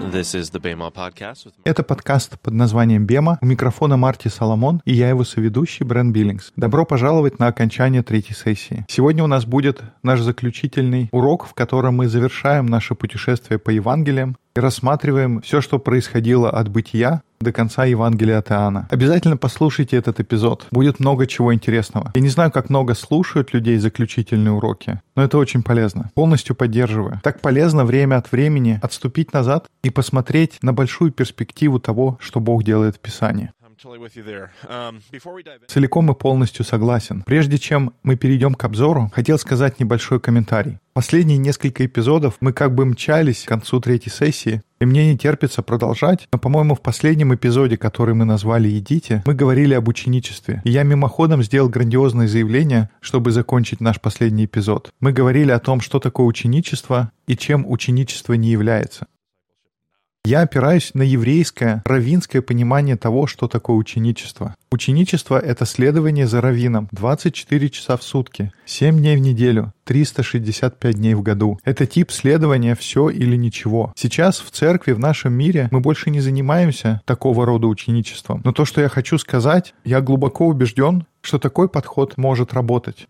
This is the BEMA podcast with... Это подкаст под названием «Бема». У микрофона Марти Соломон и я его соведущий Брент Биллингс. Добро пожаловать на окончание третьей сессии. Сегодня у нас будет наш заключительный урок, в котором мы завершаем наше путешествие по Евангелиям и рассматриваем все, что происходило от бытия до конца Евангелия от Иоанна. Обязательно послушайте этот эпизод. Будет много чего интересного. Я не знаю, как много слушают людей заключительные уроки, но это очень полезно. Полностью поддерживаю. Так полезно время от времени отступить назад и посмотреть на большую перспективу того, что Бог делает в Писании. Целиком и полностью согласен. Прежде чем мы перейдем к обзору, хотел сказать небольшой комментарий. Последние несколько эпизодов мы как бы мчались к концу третьей сессии, и мне не терпится продолжать, но, по-моему, в последнем эпизоде, который мы назвали «Идите», мы говорили об ученичестве. И я мимоходом сделал грандиозное заявление, чтобы закончить наш последний эпизод. Мы говорили о том, что такое ученичество и чем ученичество не является. Я опираюсь на еврейское, раввинское понимание того, что такое ученичество. Ученичество — это следование за раввином 24 часа в сутки, 7 дней в неделю, 365 дней в году. Это тип следования «все или ничего». Сейчас в церкви, в нашем мире мы больше не занимаемся такого рода ученичеством. Но то, что я хочу сказать, я глубоко убежден, что такой подход может работать.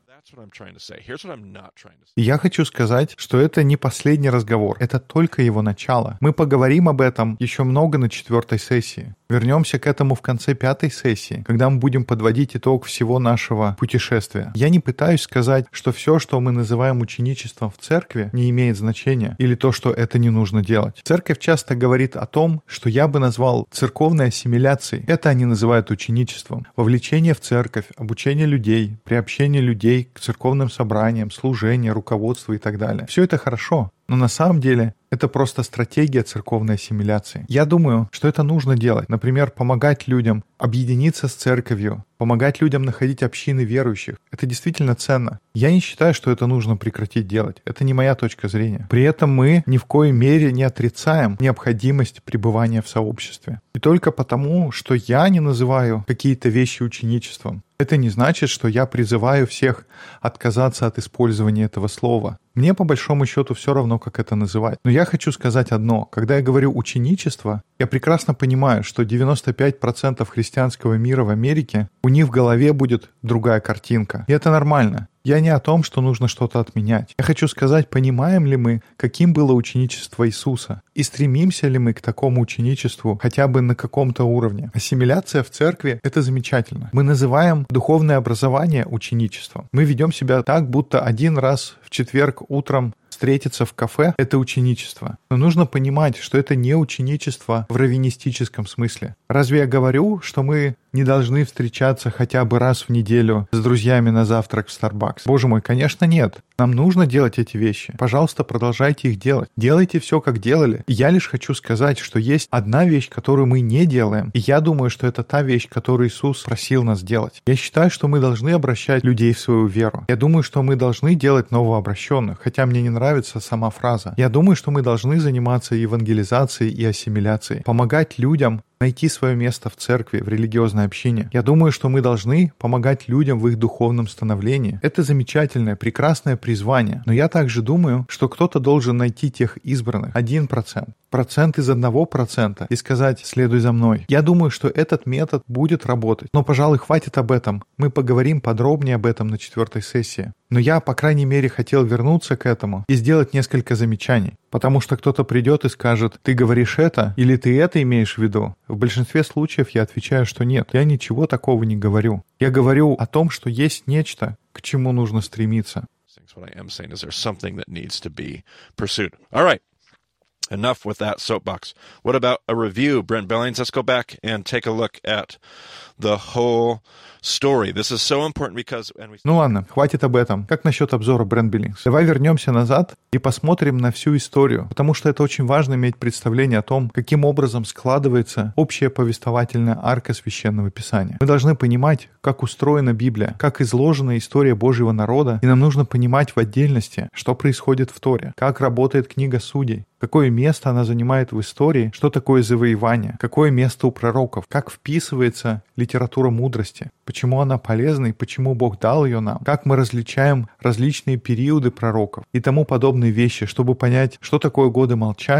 И я хочу сказать, что это не последний разговор, это только его начало. Мы поговорим об этом еще много на 4-й сессии. Вернемся к этому в конце 5-й сессии, когда мы будем подводить итог всего нашего путешествия. Я не пытаюсь сказать, что все, что мы называем ученичеством в церкви, не имеет значения, или то, что это не нужно делать. Церковь часто говорит о том, что я бы назвал церковной ассимиляцией. Это они называют ученичеством. Вовлечение в церковь, обучение людей, приобщение людей к церковным собраниям, служение, руководство и так далее. Все это хорошо. Но на самом деле это просто стратегия церковной ассимиляции. Я думаю, что это нужно делать. Например, помогать людям объединиться с церковью, помогать людям находить общины верующих. Это действительно ценно. Я не считаю, что это нужно прекратить делать. Это не моя точка зрения. При этом мы ни в коей мере не отрицаем необходимость пребывания в сообществе. И только потому, что я не называю какие-то вещи ученичеством, это не значит, что я призываю всех отказаться от использования этого слова. Мне по большому счету все равно, как это называть. Но я хочу сказать одно. Когда я говорю «ученичество», я прекрасно понимаю, что 95% христианского мира в Америке, у них в голове будет другая картинка. И это нормально. Я не о том, что нужно что-то отменять. Я хочу сказать, понимаем ли мы, каким было ученичество Иисуса, и стремимся ли мы к такому ученичеству хотя бы на каком-то уровне. Ассимиляция в церкви — это замечательно. Мы называем духовное образование ученичеством. Мы ведем себя так, будто один раз в четверг утром встретиться в кафе — это ученичество. Но нужно понимать, что это не ученичество в раввинистическом смысле. Разве я говорю, что мы не должны встречаться хотя бы раз в неделю с друзьями на завтрак в Starbucks? Боже мой, конечно, нет. Нам нужно делать эти вещи. Пожалуйста, продолжайте их делать. Делайте все, как делали. И я лишь хочу сказать, что есть одна вещь, которую мы не делаем. И я думаю, что это та вещь, которую Иисус просил нас делать. Я считаю, что мы должны обращать людей в свою веру. Я думаю, что мы должны делать новообращенных, хотя мне не нравится сама фраза. Я думаю, что мы должны заниматься евангелизацией и ассимиляцией, помогать людям найти свое место в церкви, в религиозной общине. Я думаю, что мы должны помогать людям в их духовном становлении. Это замечательное, прекрасное призвание. Но я также думаю, что кто-то должен найти тех избранных, 1%, процент из 1%, и сказать «следуй за мной». Я думаю, что этот метод будет работать. Но, пожалуй, хватит об этом. Мы поговорим подробнее об этом на 4-й сессии. Но я, по крайней мере, хотел вернуться к этому и сделать несколько замечаний. Потому что кто-то придет и скажет «ты говоришь это» или «ты это имеешь в виду». В большинстве случаев я отвечаю, что нет, я ничего такого не говорю. Я говорю о том, что есть нечто, к чему нужно стремиться. Enough with that soapbox. What about a review, Brent Billings? Let's go back and take a look at the whole story. This is so important because... Ну ладно, хватит об этом. Как насчет обзора, Брент Биллингс? Давай вернемся назад и посмотрим на всю историю, потому что это очень важно иметь представление о том, каким образом складывается общая повествовательная арка Священного Писания. Мы должны понимать, как устроена Библия, как изложена история Божьего народа, и нам нужно понимать в отдельности, что происходит в Торе, как работает книга Судей, какое место она занимает в истории, что такое завоевание, какое место у пророков, как вписывается литература мудрости, почему она полезна и почему Бог дал ее нам, как мы различаем различные периоды пророков и тому подобные вещи, чтобы понять, что такое годы молчания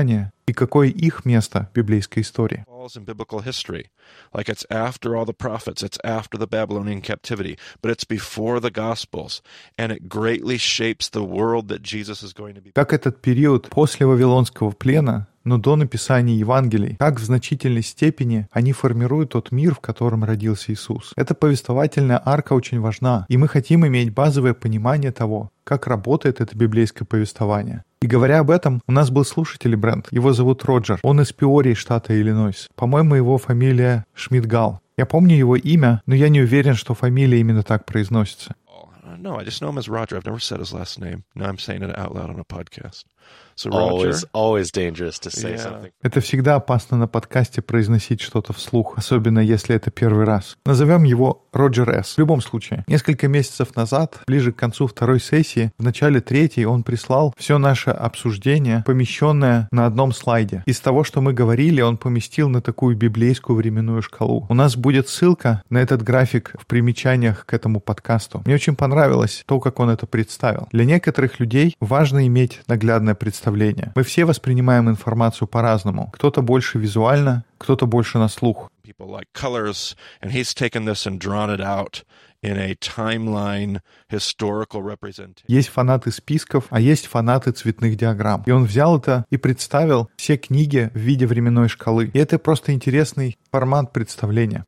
И какое их место в библейской истории? In biblical history. Like it's after all the prophets, it's after the Babylonian captivity, but it's before the Gospels, and it greatly shapes the world that Jesus is going to be. Как этот период после Вавилонского плена, но до написания Евангелий, как в значительной степени они формируют тот мир, в котором родился Иисус. Эта повествовательная арка очень важна, и мы хотим иметь базовое понимание того, как работает это библейское повествование. И говоря об этом, у нас был слушатель Брент. Его зовут Роджер. Он из Пиории, штата Иллинойс. По-моему, его фамилия Шмидт-Гал. Я помню его имя, но я не уверен, что фамилия именно так произносится. No, I just know him as Roger. I've never said his last name. Now I'm saying it out loud on a podcast. So Roger. Always dangerous to say something. Это всегда опасно на подкасте произносить что-то вслух, особенно если это первый раз. Назовем его Роджер С. В любом случае, несколько месяцев назад, ближе к концу второй сессии, в начале третьей он прислал все наше обсуждение, помещенное на одном слайде. Из того, что мы говорили, он поместил на такую библейскую временную шкалу. У нас будет ссылка на этот график в примечаниях к этому подкасту. Мне очень понравилось то, как он это представил. Для некоторых людей важно иметь наглядное представление. Мы все воспринимаем информацию по-разному. Кто-то больше визуально, кто-то больше на слух. People like colors, and he's taken this and drawn it out in a timeline historical representation. Есть фанаты списков, а есть фанаты цветных диаграмм. И он взял это и представил все книги в виде временной шкалы. И это просто интересный формат представления.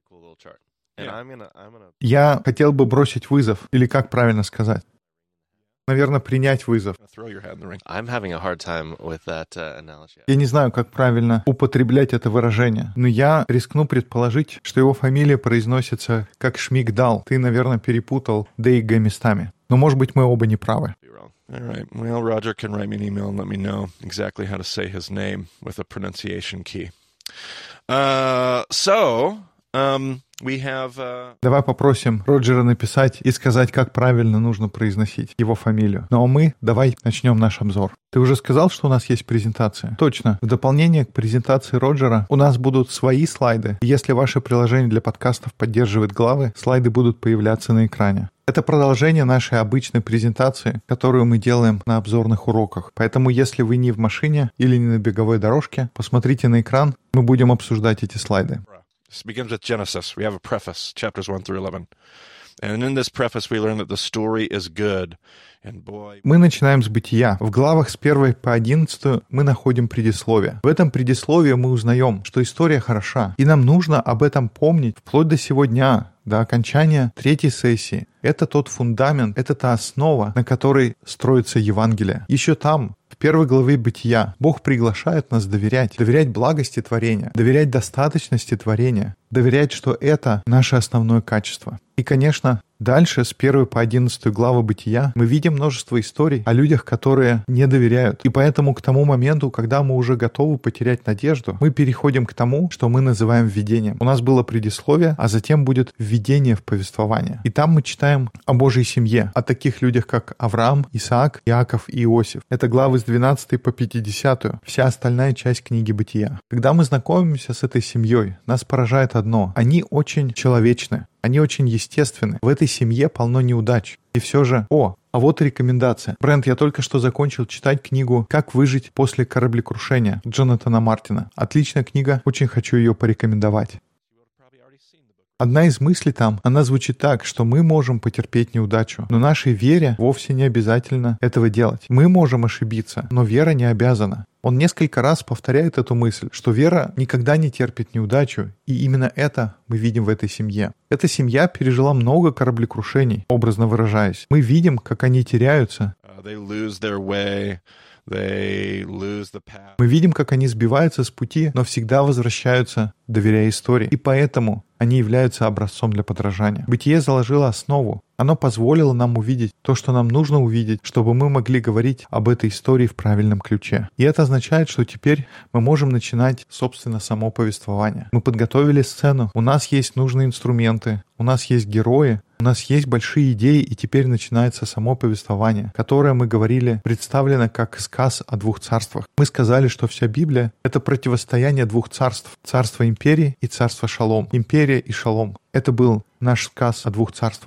Я хотел бы бросить вызов, или как правильно сказать? Наверное, принять вызов. Я не знаю, как правильно употреблять это выражение, но я рискну предположить, что его фамилия произносится как Шмигдал. Ты, наверное, перепутал Д и Г местами. Но, может быть, мы оба не правы. All right. Well, Roger can write me an email and let me know exactly how to say his name with a pronunciation key. Давай попросим Роджера написать и сказать, как правильно нужно произносить его фамилию. Ну а мы давай начнем наш обзор. Ты уже сказал, что у нас есть презентация? Точно. В дополнение к презентации Роджера у нас будут свои слайды. И если ваше приложение для подкастов поддерживает главы, слайды будут появляться на экране. Это продолжение нашей обычной презентации, которую мы делаем на обзорных уроках. Поэтому, если вы не в машине или не на беговой дорожке, посмотрите на экран, мы будем обсуждать эти слайды. This begins with Genesis. We have a preface, chapters 1 through 11. And in this preface we learn that the story is good. And boy... Мы начинаем с Бытия. В главах с 1 по 11 мы находим предисловие. В этом предисловии мы узнаем, что история хороша. И нам нужно об этом помнить вплоть до сего дня, до окончания третьей сессии. Это тот фундамент, это та основа, на которой строится Евангелие. Еще там, в 1 главе Бытия, Бог приглашает нас доверять благости творения, доверять достаточности творения, доверять, что это наше основное качество. И, конечно, дальше, с 1 по 11 главы Бытия, мы видим множество историй о людях, которые не доверяют. И поэтому к тому моменту, когда мы уже готовы потерять надежду, мы переходим к тому, что мы называем введением. У нас было предисловие, а затем будет введение в повествование. И там мы читаем о Божьей семье, о таких людях, как Авраам, Исаак, Иаков и Иосиф. Это главы с 12 по 50, вся остальная часть книги Бытия. Когда мы знакомимся с этой семьей, нас поражает одно. Они очень человечны. Они очень естественны. В этой семье полно неудач. И все же, а вот и рекомендация. Брент, я только что закончил читать книгу «Как выжить после кораблекрушения» Джонатана Мартина. Отличная книга, очень хочу ее порекомендовать. Одна из мыслей там, она звучит так, что мы можем потерпеть неудачу, но нашей вере вовсе не обязательно этого делать. Мы можем ошибиться, но вера не обязана. Он несколько раз повторяет эту мысль, что вера никогда не терпит неудачу, и именно это мы видим в этой семье. Эта семья пережила много кораблекрушений, образно выражаясь. Мы видим, как они теряются. Мы видим, как они сбиваются с пути, но всегда возвращаются, доверяя истории. И поэтому они являются образцом для подражания. Бытие заложило основу. Оно позволило нам увидеть то, что нам нужно увидеть, чтобы мы могли говорить об этой истории в правильном ключе. И это означает, что теперь мы можем начинать, собственно, само повествование. Мы подготовили сцену, у нас есть нужные инструменты, у нас есть герои, у нас есть большие идеи, и теперь начинается само повествование, которое, мы говорили, представлено как сказ о двух царствах. Мы сказали, что вся Библия — это противостояние двух царств. Царство империи и царство шалом. Империя и шалом. Это был наш сказ о двух царствах.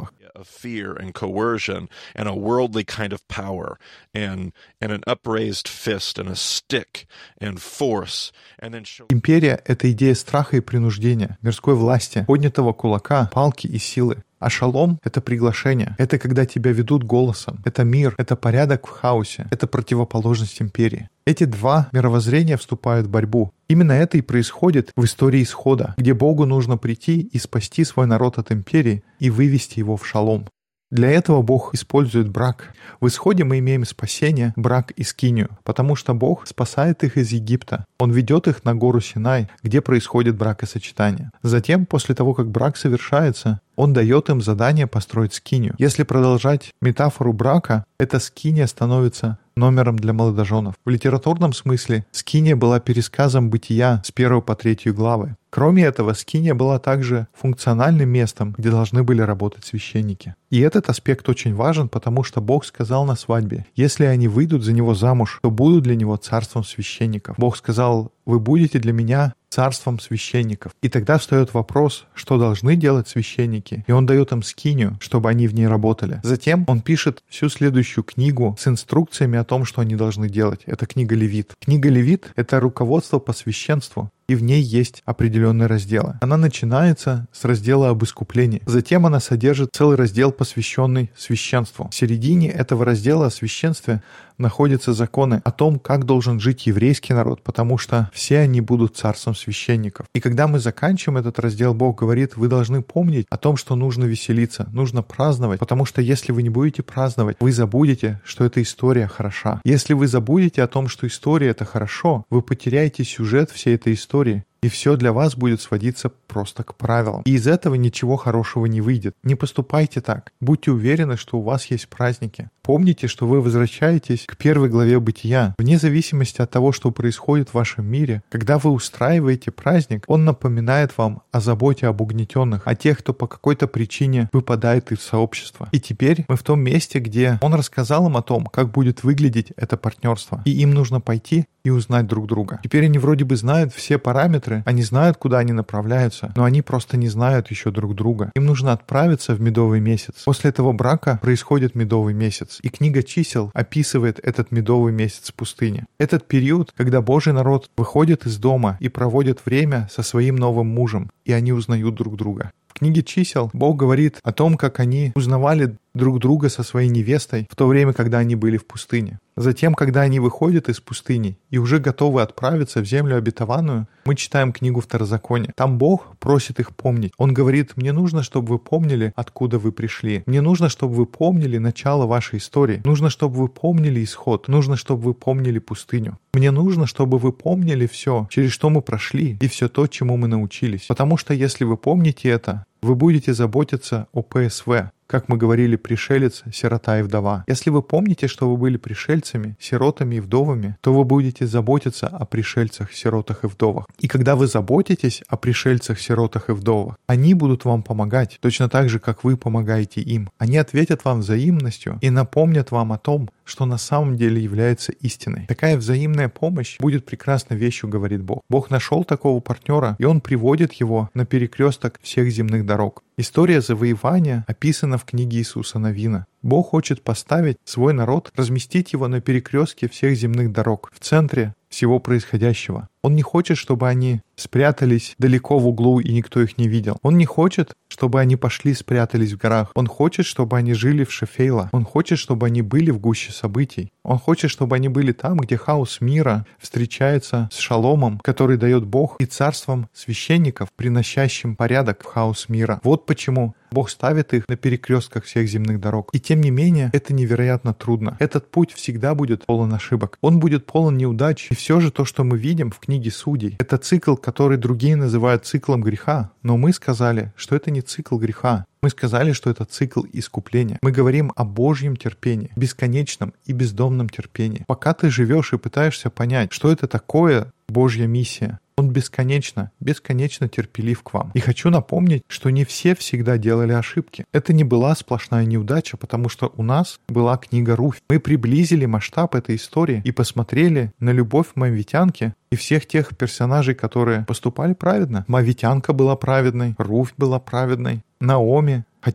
of fear and coercion and a worldly kind of power and an upraised fist and a stick and force. And then Империя — это идея страха и принуждения, мирской власти, поднятого кулака, палки и силы. А шалом — это приглашение. Это когда тебя ведут голосом. Это мир, это порядок в хаосе. Это противоположность империи. Эти два мировоззрения вступают в борьбу. Именно это и происходит в истории Исхода, где Богу нужно прийти и спасти свой народ от империи и вывести его в шалом. Для этого Бог использует брак. В Исходе мы имеем спасение, брак и скинию, потому что Бог спасает их из Египта. Он ведет их на гору Синай, где происходит бракосочетание. Затем, после того, как брак совершается, Он дает им задание построить скинию. Если продолжать метафору брака, эта скиния становится номером для молодоженов. В литературном смысле скиния была пересказом бытия с 1 по 3 главы. Кроме этого, скиния была также функциональным местом, где должны были работать священники. И этот аспект очень важен, потому что Бог сказал на свадьбе, если они выйдут за него замуж, то будут для него царством священников. Бог сказал, вы будете для меня царством священников. И тогда встает вопрос, что должны делать священники, и он дает им скинию, чтобы они в ней работали. Затем он пишет всю следующую книгу с инструкциями о том, что они должны делать. Это книга Левит. Книга Левит — это руководство по священству, и в ней есть определенные разделы. Она начинается с раздела об искуплении. Затем она содержит целый раздел, посвященный священству. В середине этого раздела о священстве находятся законы о том, как должен жить еврейский народ, потому что все они будут царством священников. И когда мы заканчиваем этот раздел, Бог говорит, вы должны помнить о том, что нужно веселиться, нужно праздновать, потому что если вы не будете праздновать, вы забудете, что эта история хороша. Если вы забудете о том, что история — это хорошо, вы потеряете сюжет всей этой истории, и все для вас будет сводиться просто к правилам. И из этого ничего хорошего не выйдет. Не поступайте так. Будьте уверены, что у вас есть праздники. Помните, что вы возвращаетесь к 1 главе Бытия. Вне зависимости от того, что происходит в вашем мире, когда вы устраиваете праздник, он напоминает вам о заботе об угнетенных, о тех, кто по какой-то причине выпадает из сообщества. И теперь мы в том месте, где он рассказал им о том, как будет выглядеть это партнерство. И им нужно пойти и узнать друг друга. Теперь они вроде бы знают все параметры, они знают, куда они направляются, но они просто не знают еще друг друга. Им нужно отправиться в медовый месяц. После этого брака происходит медовый месяц, и книга Чисел описывает этот медовый месяц в пустыне. Этот период, когда Божий народ выходит из дома и проводит время со своим новым мужем, и они узнают друг друга. В книге Чисел Бог говорит о том, как они узнавали друг друга со своей невестой в то время, когда они были в пустыне. Затем, когда они выходят из пустыни и уже готовы отправиться в землю обетованную, мы читаем книгу Второзакония. Там Бог просит их помнить. Он говорит, мне нужно, чтобы вы помнили, откуда вы пришли. Мне нужно, чтобы вы помнили начало вашей истории. Нужно, чтобы вы помнили исход. Нужно, чтобы вы помнили пустыню. Мне нужно, чтобы вы помнили все, через что мы прошли, и все то, чему мы научились. Потому что если вы помните это, вы будете заботиться о ПСВ. Как мы говорили, пришелец, сирота и вдова. Если вы помните, что вы были пришельцами, сиротами и вдовами, то вы будете заботиться о пришельцах, сиротах и вдовах. И когда вы заботитесь о пришельцах, сиротах и вдовах, они будут вам помогать, точно так же, как вы помогаете им. Они ответят вам взаимностью и напомнят вам о том, что на самом деле является истиной. Такая взаимная помощь будет прекрасной вещью, говорит Бог. Бог нашел такого партнера, и Он приводит его на перекресток всех земных дорог. История завоевания описана в книге Иисуса Навина. Бог хочет поставить свой народ, разместить его на перекрестке всех земных дорог, в центре всего происходящего. Он не хочет, чтобы они спрятались далеко в углу и никто их не видел. Он не хочет, чтобы они пошли спрятались в горах. Он хочет, чтобы они жили в Шефейла. Он хочет, чтобы они были в гуще событий. Он хочет, чтобы они были там, где хаос мира встречается с шаломом, который дает Бог, и царством священников, приносящим порядок в хаос мира. Вот почему Бог ставит их на перекрестках всех земных дорог. И тем не менее, это невероятно трудно. Этот путь всегда будет полон ошибок. Он будет полон неудач. И все же то, что мы видим в книге Судей, это цикл, который другие называют циклом греха. Но мы сказали, что это не цикл греха. Мы сказали, что это цикл искупления. Мы говорим о Божьем терпении, бесконечном и бездомном терпении. Пока ты живешь и пытаешься понять, что это такое Божья миссия, Он бесконечно терпелив к вам. И хочу напомнить, что не все всегда делали ошибки. Это не была сплошная неудача, потому что у нас была книга Руфь. Мы приблизили масштаб этой истории и посмотрели на любовь моавитянки и всех тех персонажей, которые поступали праведно. Моавитянка была праведной, Руфь была праведной, Наоми. Хотя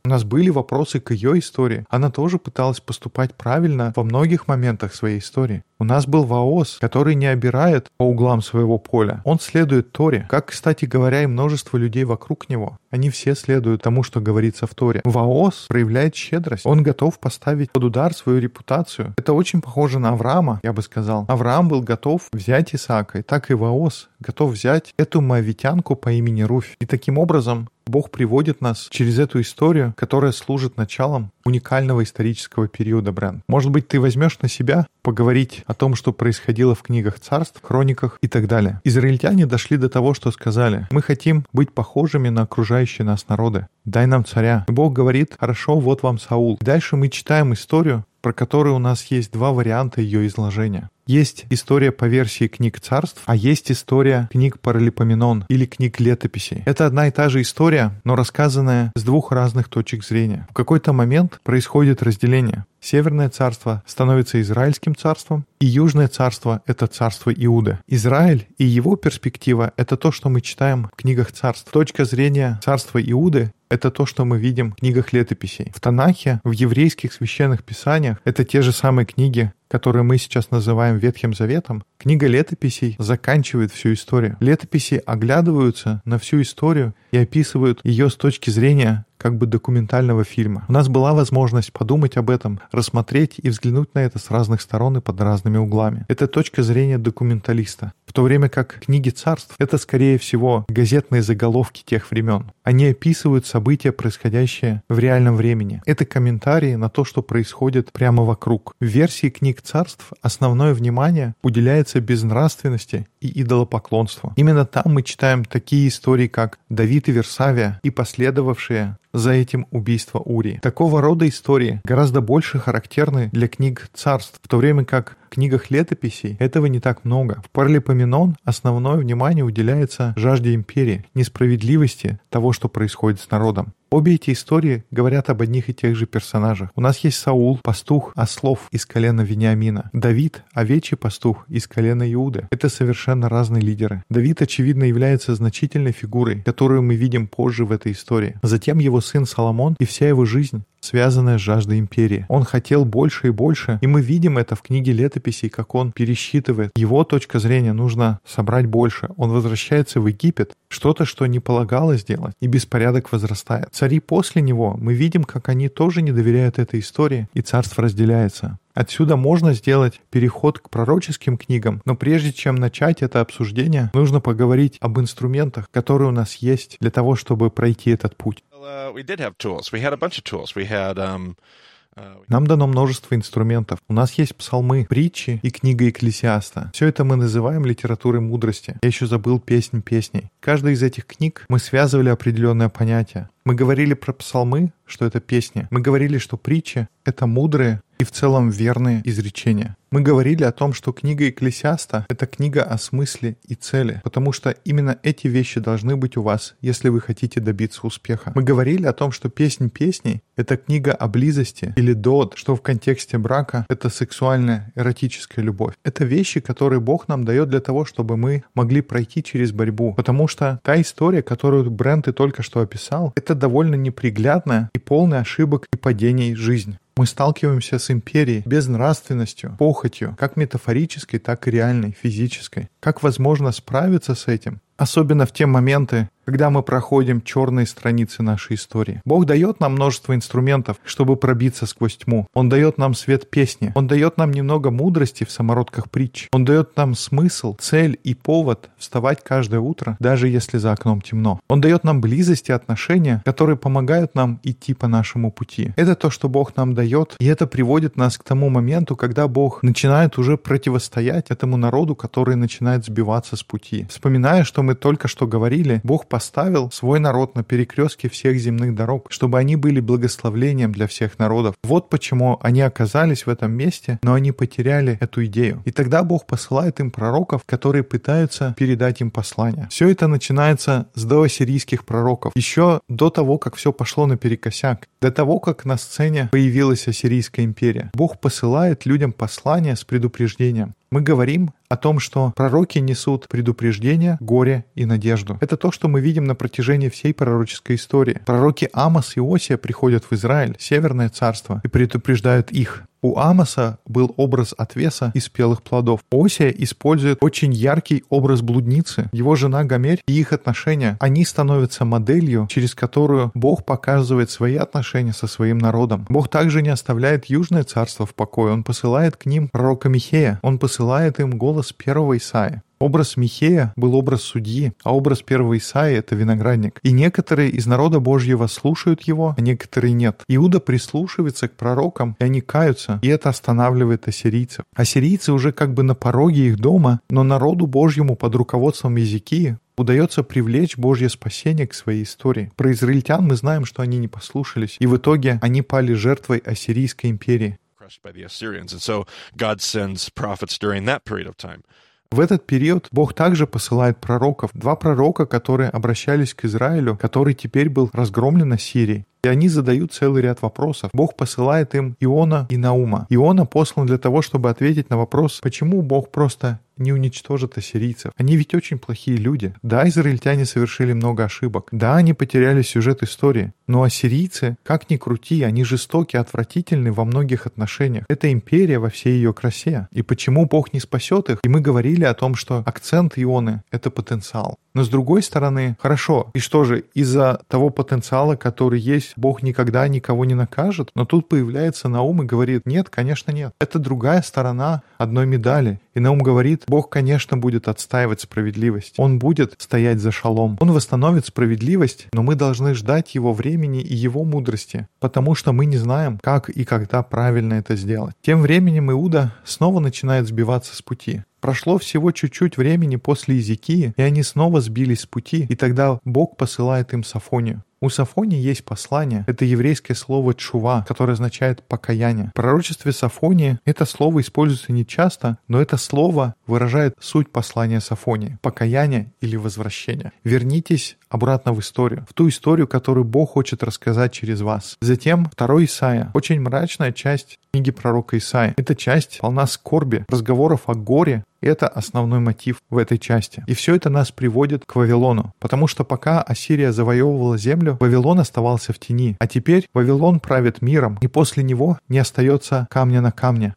У нас были вопросы к ее истории. Она тоже пыталась поступать правильно во многих моментах своей истории. У нас был Ваос, который не обирает по углам своего поля. Он следует Торе. Как, кстати говоря, и множество людей вокруг него. Они все следуют тому, что говорится в Торе. Ваос проявляет щедрость. Он готов поставить под удар свою репутацию. Это очень похоже на Авраама, я бы сказал. Авраам был готов взять Исаака, и так и Ваос готов взять эту моавитянку по имени Руфь. И таким образом Бог приводит нас через эту историю, которая служит началом уникального исторического периода, Брент. Может быть, ты возьмешь на себя поговорить о том, что происходило в книгах царств, хрониках и так далее. Израильтяне дошли до того, что сказали: мы хотим быть похожими на окружающие нас народы. Дай нам царя. И Бог говорит: хорошо, вот вам Саул. И дальше мы читаем историю, про которую у нас есть два варианта ее изложения. Есть история по версии книг царств, а есть история книг Паралипоменон или книг летописей. Это одна и та же история, но рассказанная с двух разных точек зрения. В какой-то момент происходит разделение. Северное царство становится Израильским царством, и Южное царство — это царство Иуды. Израиль и его перспектива — это то, что мы читаем в книгах царств. Точка зрения царства Иуды — это то, что мы видим в книгах летописей. В Танахе, в еврейских священных писаниях — это те же самые книги, которые мы сейчас называем Ветхим Заветом. Книга летописей заканчивает всю историю. Летописи оглядываются на всю историю и описывают ее с точки зрения как бы документального фильма. У нас была возможность подумать об этом, рассмотреть и взглянуть на это с разных сторон и под разными углами. Это точка зрения документалиста. В то время как книги царств — это, скорее всего, газетные заголовки тех времен. Они описывают события, происходящие в реальном времени. Это комментарии на то, что происходит прямо вокруг. В версии книг царств основное внимание уделяется безнравственности и идолопоклонству. Именно там мы читаем такие истории, как Давид и Версавия и последовавшие за этим убийство Урии. Такого рода истории гораздо больше характерны для книг царств, в то время как в книгах летописей этого не так много. В Паралипоменон основное внимание уделяется жажде империи, несправедливости того, что происходит с народом. Обе эти истории говорят об одних и тех же персонажах. У нас есть Саул, пастух ослов из колена Вениамина. Давид, овечий пастух из колена Иуды. Это совершенно разные лидеры. Давид, очевидно, является значительной фигурой, которую мы видим позже в этой истории. Затем его сын Соломон и вся его жизнь, связанная с жаждой империи. Он хотел больше и больше, и мы видим это в книге летописей, как он пересчитывает. Его точка зрения: нужно собрать больше. Он возвращается в Египет, что-то, что не полагалось делать, и беспорядок возрастает. Цари после него, мы видим, как они тоже не доверяют этой истории, и царство разделяется. Отсюда можно сделать переход к пророческим книгам, но прежде чем начать это обсуждение, нужно поговорить об инструментах, которые у нас есть для того, чтобы пройти этот путь. Нам дано множество инструментов. У нас есть псалмы, притчи и книга Экклесиаста. Все это мы называем литературой мудрости. Я еще забыл песнь песней. В каждой из этих книг мы связывали определенное понятие. Мы говорили про псалмы, что это песни. Мы говорили, что притчи — это мудрые и в целом верные изречения. Мы говорили о том, что книга Экклесиаста — это книга о смысле и цели, потому что именно эти вещи должны быть у вас, если вы хотите добиться успеха. Мы говорили о том, что песнь песней — это книга о близости или дод, что в контексте брака — это сексуальная, эротическая любовь. Это вещи, которые Бог нам дает для того, чтобы мы могли пройти через борьбу, потому что та история, которую Брент и только что описал, это довольно неприглядная и полная ошибок и падений жизнь. Мы сталкиваемся с империей, безнравственностью, похотью, как метафорической, так и реальной, физической. Как возможно справиться с этим? Особенно в те моменты, когда мы проходим черные страницы нашей истории. Бог дает нам множество инструментов, чтобы пробиться сквозь тьму. Он дает нам свет песни. Он дает нам немного мудрости в самородках притч. Он дает нам смысл, цель и повод вставать каждое утро, даже если за окном темно. Он дает нам близость и отношения, которые помогают нам идти по нашему пути. Это то, что Бог нам дает, и это приводит нас к тому моменту, когда Бог начинает уже противостоять этому народу, который начинает сбиваться с пути. Вспоминая, что мы только что говорили, Бог поставил свой народ на перекрестке всех земных дорог, чтобы они были благословлением для всех народов. Вот почему они оказались в этом месте, но они потеряли эту идею. И тогда Бог посылает им пророков, которые пытаются передать им послание. Все это начинается с доассирийских пророков, еще до того, как все пошло наперекосяк. До того, как на сцене появилась Ассирийская империя, Бог посылает людям послания с предупреждением. Мы говорим о том, что пророки несут предупреждение, горе и надежду. Это то, что мы видим на протяжении всей пророческой истории. Пророки Амос и Осия приходят в Израиль, Северное царство, и предупреждают их. У Амоса был образ отвеса и спелых плодов. Осия использует очень яркий образ блудницы. Его жена Гомерь и их отношения, они становятся моделью, через которую Бог показывает свои отношения со своим народом. Бог также не оставляет Южное царство в покое. Он посылает к ним пророка Михея. Он посылает им голос первого Исаии. Образ Михея был образ судьи, а образ первого Исаии — это виноградник. И некоторые из народа Божьего слушают его, а некоторые нет. Иуда прислушивается к пророкам, и они каются, и это останавливает ассирийцев. Ассирийцы уже как бы на пороге их дома, но народу Божьему под руководством Иезекии удается привлечь Божье спасение к своей истории. Про израильтян мы знаем, что они не послушались, и в итоге они пали жертвой Ассирийской империи. В этот период Бог также посылает пророков. 2 пророка, которые обращались к Израилю, который теперь был разгромлен Ассирией. И они задают целый ряд вопросов. Бог посылает им Иона и Наума. Иона послан для того, чтобы ответить на вопрос, почему Бог просто не уничтожит ассирийцев. Они ведь очень плохие люди. Да, израильтяне совершили много ошибок. Да, они потеряли сюжет истории. Но ассирийцы, как ни крути, они жестоки, отвратительны во многих отношениях. Это империя во всей ее красе. И почему Бог не спасет их? И мы говорили о том, что акцент Ионы — это потенциал. Но с другой стороны, хорошо, и что же, из-за того потенциала, который есть, Бог никогда никого не накажет? Но тут появляется Наум и говорит: нет, конечно нет. Это другая сторона одной медали. И Наум говорит: Бог, конечно, будет отстаивать справедливость. Он будет стоять за шалом. Он восстановит справедливость, но мы должны ждать Его времени и Его мудрости, потому что мы не знаем, как и когда правильно это сделать. Тем временем Иуда снова начинает сбиваться с пути. Прошло всего чуть-чуть времени после Иезекии, и они снова сбились с пути, и тогда Бог посылает им Софонию. У Софонии есть послание. Это еврейское слово «тшува», которое означает «покаяние». В пророчестве Софонии это слово используется нечасто, но это слово выражает суть послания Софонии — покаяние или возвращение. Вернитесь обратно в историю, в ту историю, которую Бог хочет рассказать через вас. Затем 2 Исаия, очень мрачная часть книги пророка Исаии. Эта часть полна скорби, разговоров о горе. Это основной мотив в этой части. И все это нас приводит к Вавилону. Потому что пока Ассирия завоевывала землю, Вавилон оставался в тени. А теперь Вавилон правит миром, и после него не остается камня на камне.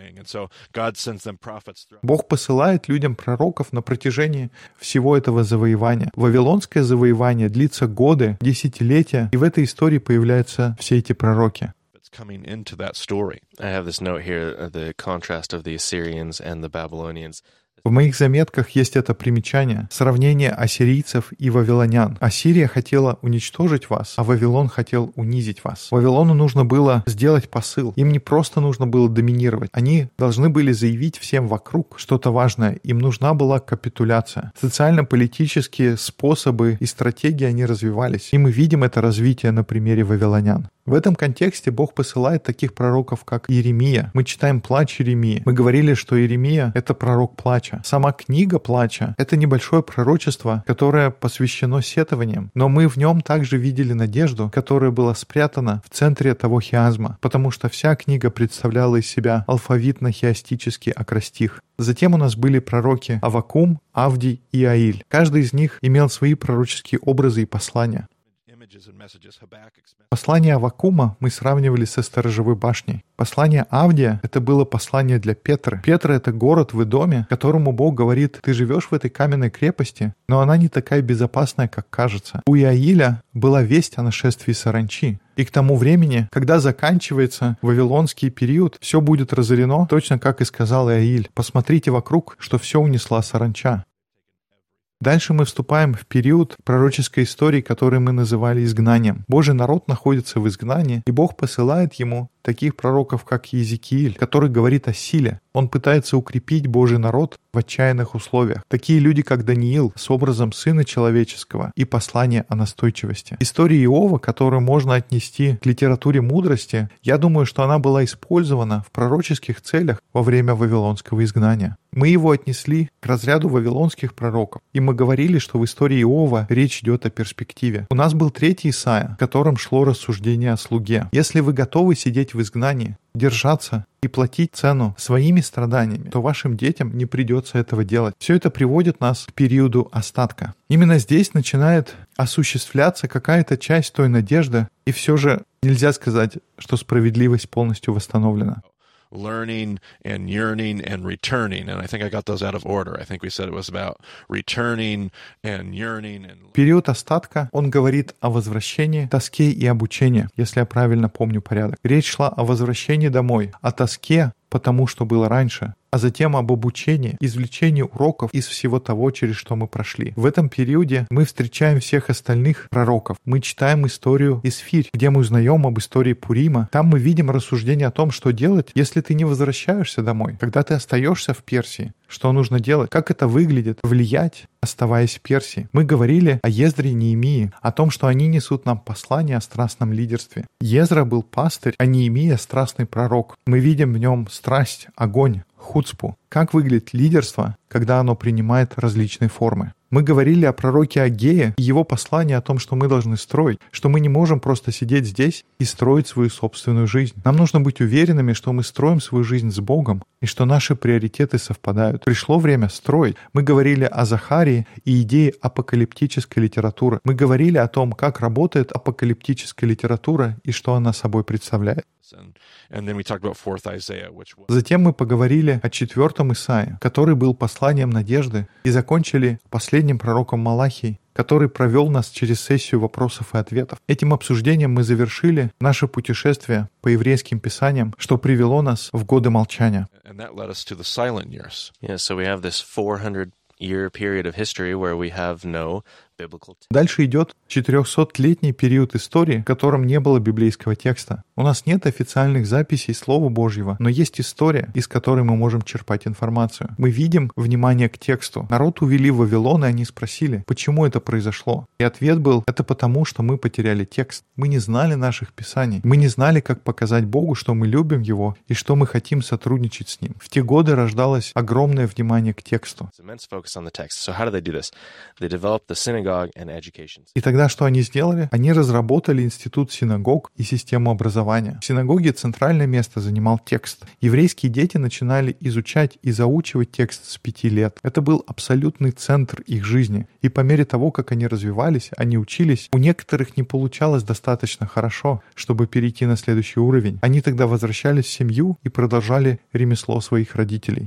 Бог посылает людям пророков на протяжении всего этого завоевания. Вавилонское завоевание длится годы, десятилетия, и в этой истории появляются все эти пророки. Coming into that story. I have this note here, the contrast of the Assyrians and the Babylonians. В моих заметках есть это примечание. Сравнение ассирийцев и вавилонян. Ассирия хотела уничтожить вас, а Вавилон хотел унизить вас. Вавилону нужно было сделать посыл. Им не просто нужно было доминировать. Они должны были заявить всем вокруг что-то важное. Им нужна была капитуляция. Социально-политические способы и стратегии они развивались. И мы видим это развитие на примере вавилонян. В этом контексте Бог посылает таких пророков, как Иеремия. Мы читаем «Плач Иеремии». Мы говорили, что Иеремия — это пророк плача. Сама книга «Плача» — это небольшое пророчество, которое посвящено сетованиям. Но мы в нем также видели надежду, которая была спрятана в центре того хиазма, потому что вся книга представляла из себя алфавитно-хиастический акростих. Затем у нас были пророки Аввакум, Авдий и Аиль. Каждый из них имел свои пророческие образы и послания. Послание Аввакума мы сравнивали со сторожевой башней. Послание Авдия — это было послание для Петры. Петра — это город в Идоме, которому Бог говорит: ты живешь в этой каменной крепости, но она не такая безопасная, как кажется. У Иаиля была весть о нашествии саранчи. И к тому времени, когда заканчивается вавилонский период, все будет разорено, точно как и сказал Иаиль. Посмотрите вокруг, что все унесла саранча. Дальше мы вступаем в период пророческой истории, который мы называли изгнанием. Божий народ находится в изгнании, и Бог посылает ему таких пророков, как Иезекииль, который говорит о силе. Он пытается укрепить Божий народ в отчаянных условиях. Такие люди, как Даниил, с образом Сына Человеческого и послание о настойчивости. История Иова, которую можно отнести к литературе мудрости, я думаю, что она была использована в пророческих целях во время Вавилонского изгнания. Мы его отнесли к разряду вавилонских пророков, и мы говорили, что в истории Иова речь идет о перспективе. У нас был 3 Исаия, в котором шло рассуждение о слуге. Если вы готовы сидеть в изгнании, держаться и платить цену своими страданиями, то вашим детям не придется этого делать. Все это приводит нас к периоду остатка. Именно здесь начинает осуществляться какая-то часть той надежды, и все же нельзя сказать, что справедливость полностью восстановлена. Learning and yearning and returning. And I think I got those out of order. I think we said it was about returning and yearning. Период остатка, он говорит о возвращении, тоске и обучении, если я правильно помню порядок. Речь шла о возвращении домой, о тоске, потому что было раньше, а затем об обучении, извлечении уроков из всего того, через что мы прошли. В этом периоде мы встречаем всех остальных пророков. Мы читаем историю Исфирь, где мы узнаем об истории Пурима. Там мы видим рассуждение о том, что делать, если ты не возвращаешься домой, когда ты остаешься в Персии. Что нужно делать? Как это выглядит? Влиять, оставаясь в Персии. Мы говорили о Ездре и Неемии, о том, что они несут нам послание о страстном лидерстве. Ездра был пастырь, а Неемия — страстный пророк. Мы видим в нем страсть, огонь, хуцпу. Как выглядит лидерство, когда оно принимает различные формы? Мы говорили о пророке Агее и его послании о том, что мы должны строить, что мы не можем просто сидеть здесь и строить свою собственную жизнь. Нам нужно быть уверенными, что мы строим свою жизнь с Богом и что наши приоритеты совпадают. Пришло время строить. Мы говорили о Захарии и идее апокалиптической литературы. Мы говорили о том, как работает апокалиптическая литература и что она собой представляет. Затем мы поговорили о 4 Исаии, который был посланием надежды, и закончили последним пророком Малахией, который провел нас через сессию вопросов и ответов. Этим обсуждением мы завершили наше путешествие по еврейским писаниям, что привело нас в годы молчания. Дальше идет 400-летний период истории, в котором не было библейского текста. У нас нет официальных записей Слова Божьего, но есть история, из которой мы можем черпать информацию. Мы видим внимание к тексту. Народ увели в Вавилон, и они спросили, почему это произошло. И ответ был, это потому, что мы потеряли текст. Мы не знали наших писаний. Мы не знали, как показать Богу, что мы любим Его и что мы хотим сотрудничать с Ним. В те годы рождалось огромное внимание к тексту. И тогда что они сделали? Они разработали институт синагог и систему образования. В синагоге центральное место занимал текст. Еврейские дети начинали изучать и заучивать текст с 5 лет. Это был абсолютный центр их жизни. И по мере того, как они развивались, они учились, у некоторых не получалось достаточно хорошо, чтобы перейти на следующий уровень. Они тогда возвращались в семью и продолжали ремесло своих родителей.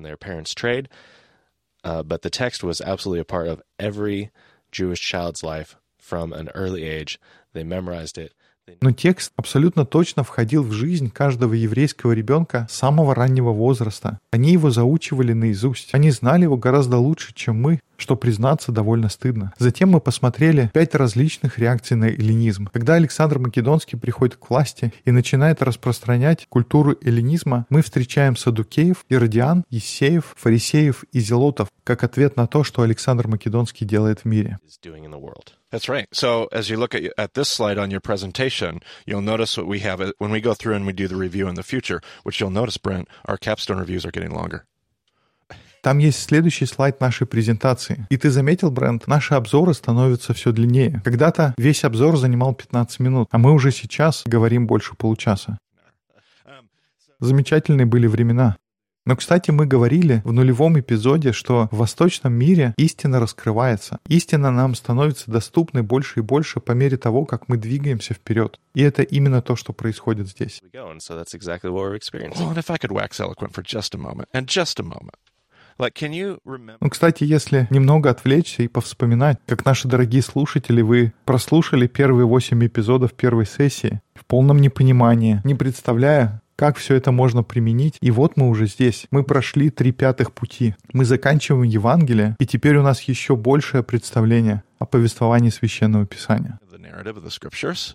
But the text was absolutely a part of every Jewish child's life from an early age. They memorized it. Но текст абсолютно точно входил в жизнь каждого еврейского ребенка с самого раннего возраста. Они его заучивали наизусть. Они знали его гораздо лучше, чем мы, что, признаться, довольно стыдно. Затем мы посмотрели 5 различных реакций на эллинизм. Когда Александр Македонский приходит к власти и начинает распространять культуру эллинизма, мы встречаем саддукеев, иродиан, ессеев, фарисеев и зелотов как ответ на то, что Александр Македонский делает в мире. That's right. So as you look at this slide on your presentation, you'll notice what we have when we go through and we do the review in the future, which you'll notice, Brent, our capstone reviews are getting longer. Там есть следующий слайд нашей презентации. И ты заметил, Брент, наши обзоры становятся все длиннее. Когда-то весь обзор занимал 15 минут, а мы уже сейчас говорим больше получаса. Замечательные были времена. Но, кстати, мы говорили в нулевом эпизоде, что в восточном мире истина раскрывается. Истина нам становится доступной больше и больше по мере того, как мы двигаемся вперед. И это именно то, что происходит здесь. Ну, кстати, если немного отвлечься и повспоминать, как наши дорогие слушатели, вы прослушали первые 8 эпизодов первой сессии в полном непонимании, не представляя, как все это можно применить. И вот мы уже здесь. Мы прошли 3/5 пути. Мы заканчиваем Евангелие, и теперь у нас еще большее представление о повествовании Священного Писания.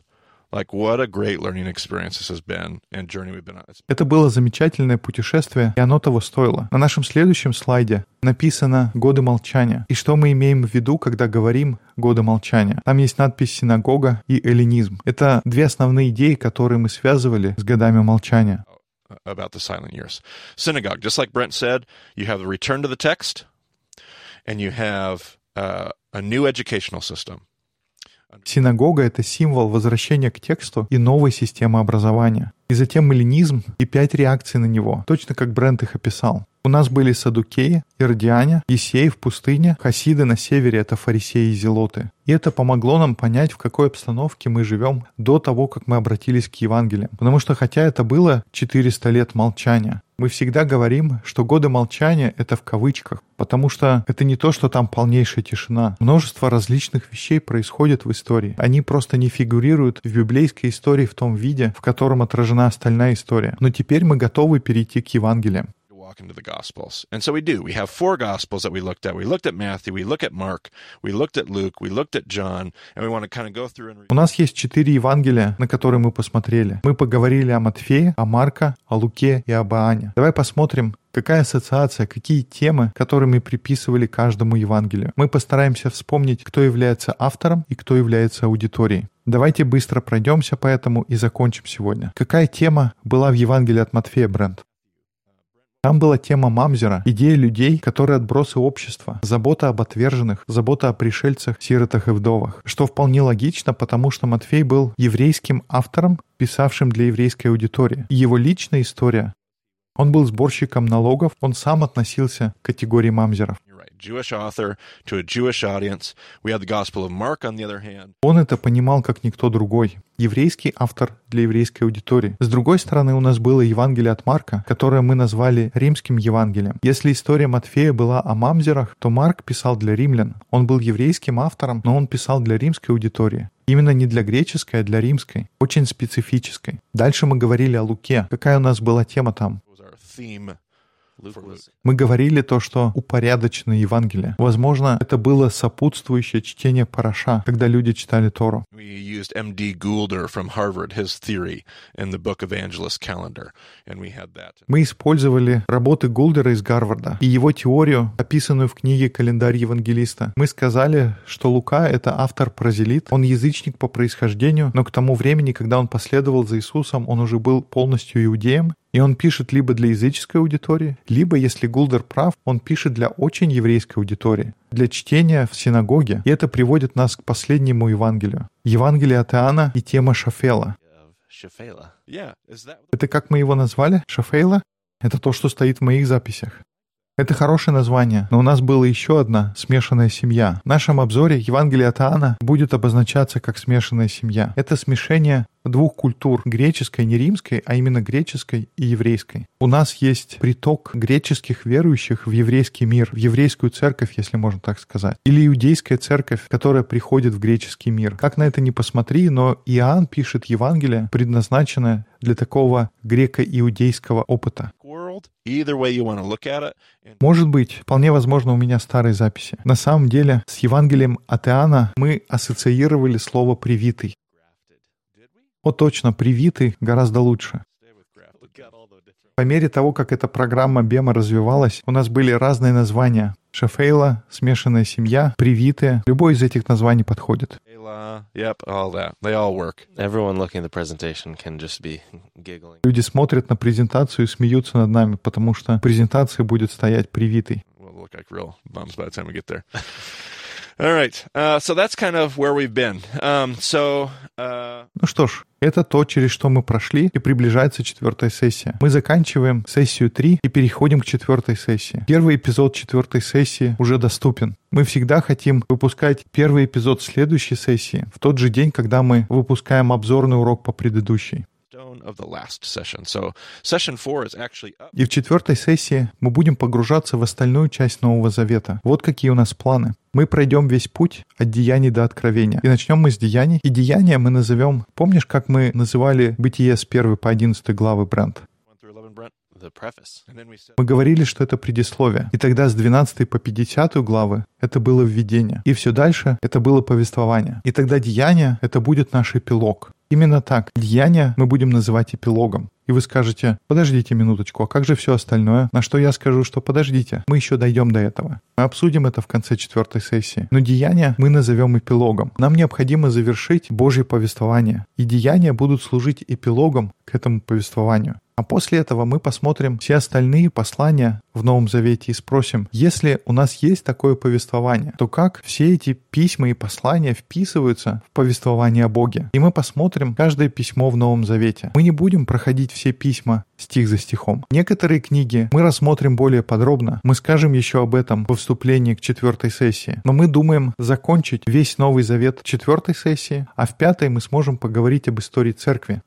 Like, what a great learning experience this has been and journey we've been on. Это было замечательное путешествие, и оно того стоило. На нашем следующем слайде написано «Годы молчания». И что мы имеем в виду, когда говорим «Годы молчания»? Там есть надпись «Синагога» и «Эллинизм». Это две основные идеи, которые мы связывали с годами молчания. About the silent years. Synagogue, just like Brent said, you have the return to the text, and you have a new educational system. Синагога — это символ возвращения к тексту и новой системы образования. И затем эллинизм и 5 реакций на него, точно как Брент их описал. У нас были саддукеи, иродиане, есеи в пустыне, хасиды на севере — это фарисеи и зелоты. И это помогло нам понять, в какой обстановке мы живем до того, как мы обратились к Евангелию. Потому что хотя это было 400 лет молчания, мы всегда говорим, что годы молчания — это в кавычках, потому что это не то, что там полнейшая тишина. Множество различных вещей происходит в истории. Они просто не фигурируют в библейской истории в том виде, в котором отражена остальная история. Но теперь мы готовы перейти к Евангелиям. Into the Gospels. And so we do. We have 4 Gospels that we looked at. We looked at Matthew, we looked at Mark, we looked at Luke, we looked at John, and we want to kind of go through and read. У нас есть 4 Евангелия, на которые мы посмотрели. Мы поговорили о Матфее, о Марка, о Луке и об Иоанне. Давай посмотрим, какая ассоциация, какие темы, которые мы приписывали каждому Евангелию. Мы постараемся вспомнить, кто является автором и кто является аудиторией. Давайте быстро пройдемся по этому и закончим сегодня. Какая тема была в Евангелии от Матфея, Брент? Там была тема мамзера, идея людей, которые отбросы общества, забота об отверженных, забота о пришельцах, сиротах и вдовах. Что вполне логично, потому что Матфей был еврейским автором, писавшим для еврейской аудитории. И его личная история. Он был сборщиком налогов, он сам относился к категории мамзеров. Jewish author to a Jewish audience. We have the Gospel of Mark, on the other hand. Он это понимал как никто другой. Еврейский автор для еврейской аудитории. С другой стороны, у нас было Евангелие от Марка, которое мы назвали римским Евангелием. Если история Матфея была о мамзерах, то Марк писал для римлян. Он был еврейским автором, но он писал для римской аудитории. Именно не для греческой, а для римской. Очень специфической. Дальше мы говорили о Луке. Какая у нас была тема там? Мы говорили то, что упорядочено Евангелие. Возможно, это было сопутствующее чтение параша, когда люди читали Тору. We used M.D. Goulder from Harvard, his theory in the Book Evangelist Calendar, and we had that. Мы использовали работы Гулдера из Гарварда и его теорию, описанную в книге «Календарь евангелиста». Мы сказали, что Лука — это автор-прозелит, он язычник по происхождению, но к тому времени, когда он последовал за Иисусом, он уже был полностью иудеем, и он пишет либо для языческой аудитории, либо, если Гулдер прав, он пишет для очень еврейской аудитории, для чтения в синагоге. И это приводит нас к последнему Евангелию. Евангелие от Иоанна и тема Шафела. Это как мы его назвали? Шафейла? Это то, что стоит в моих записях. Это хорошее название, но у нас была еще одна смешанная семья. В нашем обзоре Евангелие от Иоанна будет обозначаться как смешанная семья. Это смешение двух культур, греческой, не римской, а именно греческой и еврейской. У нас есть приток греческих верующих в еврейский мир, в еврейскую церковь, если можно так сказать. Или иудейская церковь, которая приходит в греческий мир. Как на это ни посмотри, но Иоанн пишет Евангелие, предназначенное для такого греко-иудейского опыта. Может быть, вполне возможно, у меня старые записи. На самом деле, с Евангелием от Иоанна мы ассоциировали слово «привитый». О, точно, «привитый» гораздо лучше. По мере того, как эта программа Бема развивалась, у нас были разные названия. Шафейла, смешанная семья, привитые. Любой из этих названий подходит. Люди смотрят на презентацию и смеются над нами, потому что презентация будет стоять привитый. All right, so that's kind of where we've been. Ну что ж, это то, через что мы прошли, и приближается 4-я сессия. Мы заканчиваем сессию 3 и переходим к 4-й сессии. Первый эпизод 4-й сессии уже доступен. Мы всегда хотим выпускать первый эпизод следующей сессии в тот же день, когда мы выпускаем обзорный урок по предыдущей. И в 4-й сессии мы будем погружаться в остальную часть Нового Завета. Вот какие у нас планы. Мы пройдем весь путь от Деяний до Откровения. И начнем мы с Деяний. И Деяния мы назовем... Помнишь, как мы называли Бытие с 1 по 11 главы, Брент? Мы говорили, что это предисловие. И тогда с 12 по 50 главы это было введение. И все дальше это было повествование. И тогда Деяния — это будет наш эпилог. Именно так. Деяния мы будем называть эпилогом. И вы скажете: подождите минуточку, а как же все остальное? На что я скажу, что подождите, мы еще дойдем до этого. Мы обсудим это в конце 4 сессии. Но деяния мы назовем эпилогом. Нам необходимо завершить Божье повествование. И деяния будут служить эпилогом к этому повествованию. А после этого мы посмотрим все остальные послания в Новом Завете и спросим: если у нас есть такое повествование, то как все эти письма и послания вписываются в повествование о Боге? И мы посмотрим каждое письмо в Новом Завете. Мы не будем проходить все письма стих за стихом. Некоторые книги мы рассмотрим более подробно. Мы скажем еще об этом во вступлении к 4 сессии. Но мы думаем закончить весь Новый Завет в 4 сессии, а в 5 мы сможем поговорить об истории церкви.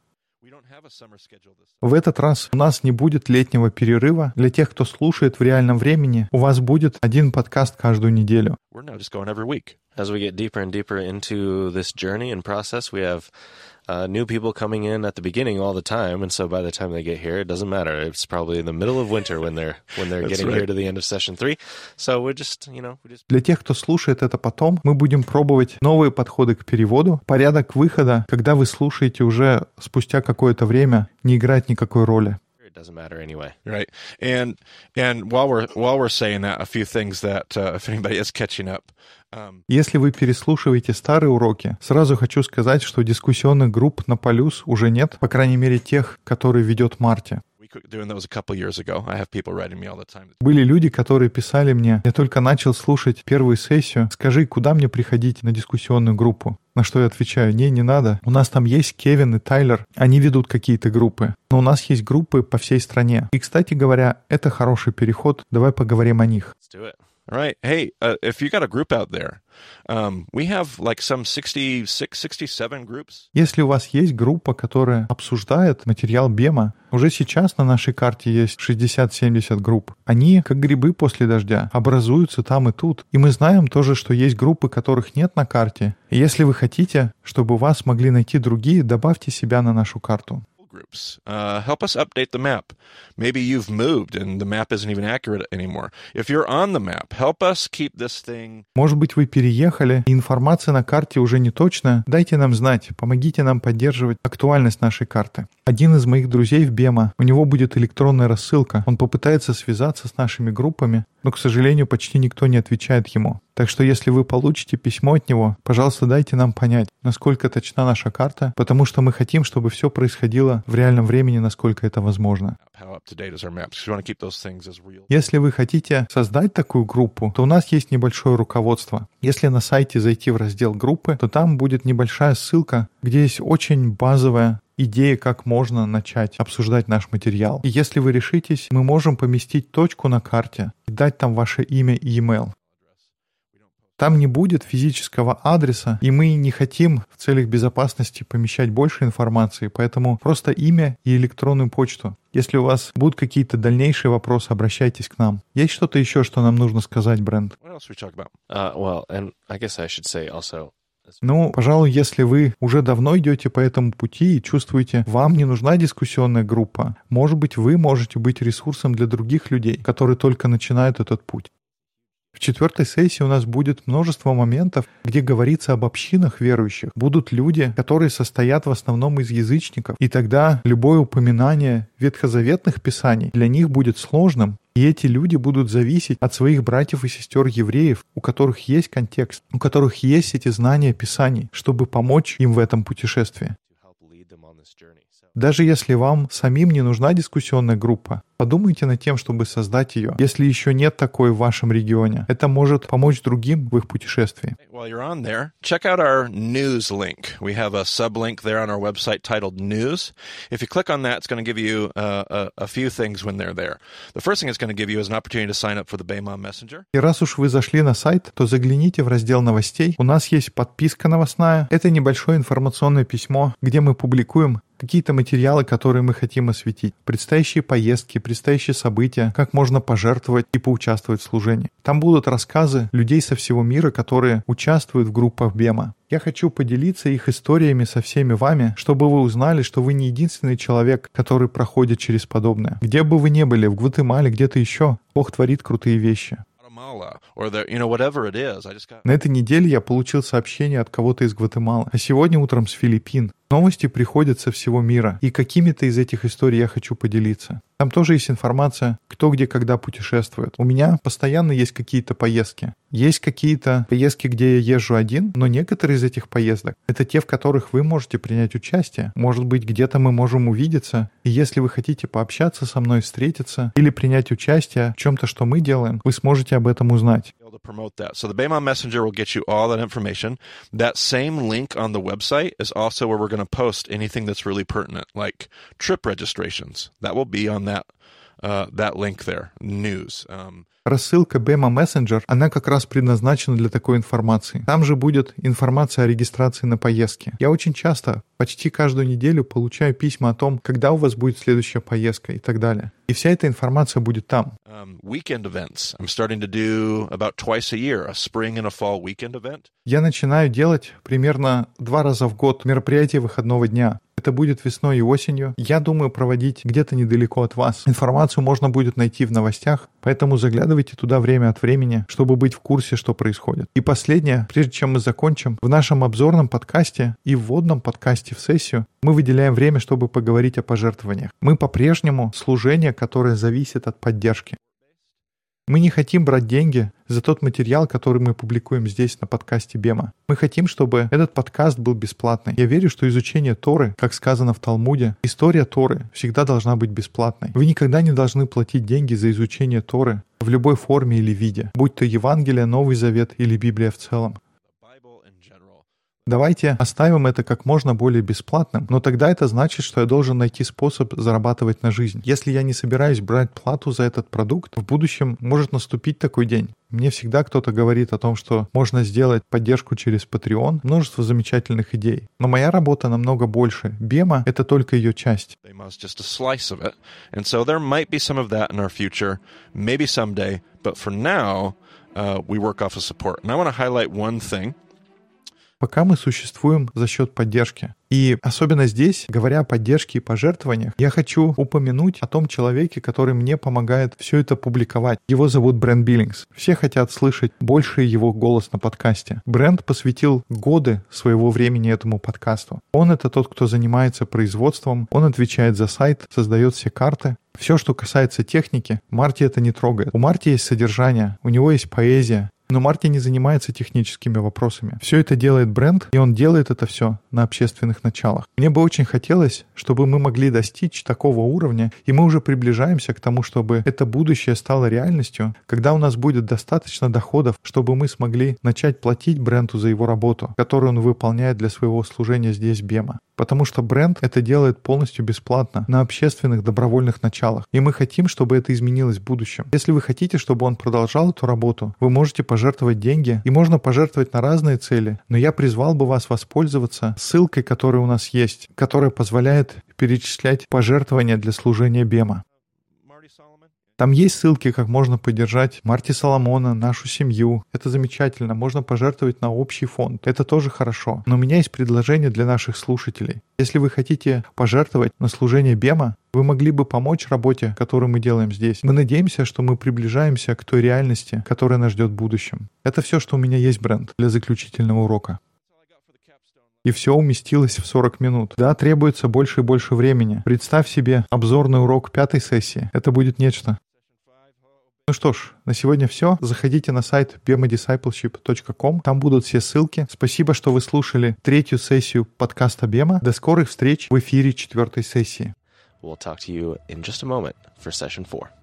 В этот раз у нас не будет летнего перерыва. Для тех, кто слушает в реальном времени, у вас будет один подкаст каждую неделю. As we get deeper and deeper into this journey and process, we have new people coming in at the beginning all the time, and so by the time they get here, it doesn't matter. It's probably in the middle of winter when they're getting here to the end of session 3. So we're just, Для тех, кто слушает это потом, мы будем пробовать новые подходы к переводу. Порядок выхода, когда вы слушаете уже спустя какое-то время, не играет никакой роли. It doesn't matter anyway. Right. And while we're saying that, a few things that if anybody is catching up. Если вы переслушиваете старые уроки, сразу хочу сказать, что дискуссионных групп на Полюс уже нет, по крайней мере тех, которые ведет Марти. Были люди, которые писали мне: я только начал слушать первую сессию, скажи, куда мне приходить на дискуссионную группу? На что я отвечаю: не надо. У нас там есть Кевин и Тайлер, они ведут какие-то группы. Но у нас есть группы по всей стране. И, кстати говоря, это хороший переход, давай поговорим о них. All right. Hey, if you got a group out there, we have like some 66, 67 groups. Если у вас есть группа, которая обсуждает материал Бема, уже сейчас на нашей карте есть 60-70 групп. Они, как грибы после дождя, образуются там и тут. И мы знаем тоже, что есть группы, которых нет на карте. И если вы хотите, чтобы вас могли найти другие, добавьте себя на нашу карту. Groups. Help us update the map. Maybe you've moved and the map isn't even accurate anymore. If you're on the map, help us keep this thing. Может быть, вы переехали, и информация на карте уже не точная. Дайте нам знать, помогите нам поддерживать актуальность нашей карты. Один из моих друзей в Бема, у него будет электронная рассылка. Он попытается связаться с нашими группами, но, к сожалению, почти никто не отвечает ему. Так что если вы получите письмо от него, пожалуйста, дайте нам понять, насколько точна наша карта, потому что мы хотим, чтобы все происходило в реальном времени, насколько это возможно. Если вы хотите создать такую группу, то у нас есть небольшое руководство. Если на сайте зайти в раздел группы, то там будет небольшая ссылка, где есть очень базовая идея, как можно начать обсуждать наш материал. И если вы решитесь, мы можем поместить точку на карте и дать там ваше имя и e-mail. Там не будет физического адреса, и мы не хотим в целях безопасности помещать больше информации, поэтому просто имя и электронную почту. Если у вас будут какие-то дальнейшие вопросы, обращайтесь к нам. Есть что-то еще, что нам нужно сказать, Брент? Ну, пожалуй, если вы уже давно идете по этому пути и чувствуете, вам не нужна дискуссионная группа, может быть, вы можете быть ресурсом для других людей, которые только начинают этот путь. В 4 сессии у нас будет множество моментов, где говорится об общинах верующих. Будут люди, которые состоят в основном из язычников, и тогда любое упоминание ветхозаветных писаний для них будет сложным, и эти люди будут зависеть от своих братьев и сестер евреев, у которых есть контекст, у которых есть эти знания писаний, чтобы помочь им в этом путешествии. Даже если вам самим не нужна дискуссионная группа, подумайте над тем, чтобы создать ее, если еще нет такой в вашем регионе. Это может помочь другим в их путешествии. While you're on there, check out our news link. We have a sublink there on our website titled News. If you click on that, it's going to give you a few things when they're there. The first thing it's going to give you is an opportunity to sign up for the Bema Messenger. И раз уж вы зашли на сайт, то загляните в раздел новостей. У нас есть подписка новостная. Это небольшое информационное письмо, где мы публикуем какие-то материалы, которые мы хотим осветить. Предстоящие поездки, предстоящие события, как можно пожертвовать и поучаствовать в служении. Там будут рассказы людей со всего мира, которые участвуют в группах Бема. Я хочу поделиться их историями со всеми вами, чтобы вы узнали, что вы не единственный человек, который проходит через подобное. Где бы вы ни были, в Гватемале, где-то еще, Бог творит крутые вещи. На этой неделе я получил сообщение от кого-то из Гватемалы, а сегодня утром с Филиппин. Новости приходят со всего мира, и какими-то из этих историй я хочу поделиться. Там тоже есть информация, кто где когда путешествует. У меня постоянно есть какие-то поездки. Есть какие-то поездки, где я езжу один, но некоторые из этих поездок — это те, в которых вы можете принять участие. Может быть, где-то мы можем увидеться, и если вы хотите пообщаться со мной, встретиться или принять участие в чем-то, что мы делаем, вы сможете об этом узнать. To promote that. So the Bema Messenger will get you all that information. That same link on the website is also where we're going to post anything that's really pertinent, like trip registrations. That will be on that link there, news. Рассылка Bema Messenger, она как раз предназначена для такой информации. Там же будет информация о регистрации на поездки. Я очень часто, почти каждую неделю, получаю письма о том, когда у вас будет следующая поездка и так далее. И вся эта информация будет там. Weekend events. I'm starting to do about twice a year, a spring and a fall weekend event. Я начинаю делать примерно 2 раза в год мероприятие выходного дня. Это будет весной и осенью. Я думаю проводить где-то недалеко от вас. Информацию можно будет найти в новостях, поэтому заглядывайте туда время от времени, чтобы быть в курсе, что происходит. И последнее, прежде чем мы закончим, в нашем обзорном подкасте и вводном подкасте в сессию мы выделяем время, чтобы поговорить о пожертвованиях. Мы по-прежнему служение, которое зависит от поддержки. Мы не хотим брать деньги за тот материал, который мы публикуем здесь на подкасте Бема. Мы хотим, чтобы этот подкаст был бесплатный. Я верю, что изучение Торы, как сказано в Талмуде, история Торы всегда должна быть бесплатной. Вы никогда не должны платить деньги за изучение Торы в любой форме или виде, будь то Евангелие, Новый Завет или Библия в целом. Давайте оставим это как можно более бесплатным, но тогда это значит, что я должен найти способ зарабатывать на жизнь. Если я не собираюсь брать плату за этот продукт, в будущем может наступить такой день. Мне всегда кто-то говорит о том, что можно сделать поддержку через Patreon, множество замечательных идей. Но моя работа намного больше. Бема — это только ее часть. Bema is just a slice of it. And so there might be some of that in our future, maybe someday, but for now, we work off of support. And I want to highlight one thing. Пока мы существуем за счет поддержки. И особенно здесь, говоря о поддержке и пожертвованиях, я хочу упомянуть о том человеке, который мне помогает все это публиковать. Его зовут Брент Биллингс. Все хотят слышать больше его голос на подкасте. Брент посвятил годы своего времени этому подкасту. Он — это тот, кто занимается производством, он отвечает за сайт, создает все карты. Все, что касается техники, Марти это не трогает. У Марти есть содержание, у него есть поэзия. Но Марти не занимается техническими вопросами. Все это делает Брент, и он делает это все на общественных началах. Мне бы очень хотелось, чтобы мы могли достичь такого уровня, и мы уже приближаемся к тому, чтобы это будущее стало реальностью, когда у нас будет достаточно доходов, чтобы мы смогли начать платить Бренту за его работу, которую он выполняет для своего служения здесь Бема. Потому что Брент это делает полностью бесплатно, на общественных добровольных началах. И мы хотим, чтобы это изменилось в будущем. Если вы хотите, чтобы он продолжал эту работу, вы можете пожертвовать деньги, и можно пожертвовать на разные цели. Но я призвал бы вас воспользоваться ссылкой, которая у нас есть, которая позволяет перечислять пожертвования для служения Бема. Там есть ссылки, как можно поддержать Марти Соломона, нашу семью. Это замечательно. Можно пожертвовать на общий фонд. Это тоже хорошо. Но у меня есть предложение для наших слушателей. Если вы хотите пожертвовать на служение Бема, вы могли бы помочь работе, которую мы делаем здесь. Мы надеемся, что мы приближаемся к той реальности, которая нас ждет в будущем. Это все, что у меня есть, Брент, для заключительного урока. И все уместилось в 40 минут. Да, требуется больше и больше времени. Представь себе обзорный урок 5-й сессии. Это будет нечто. Ну что ж, на сегодня все. Заходите на сайт bemadiscipleship.com. Там будут все ссылки. Спасибо, что вы слушали 3-ю сессию подкаста Бема. До скорых встреч в эфире 4-й сессии. We'll talk to you in just a moment for session 4.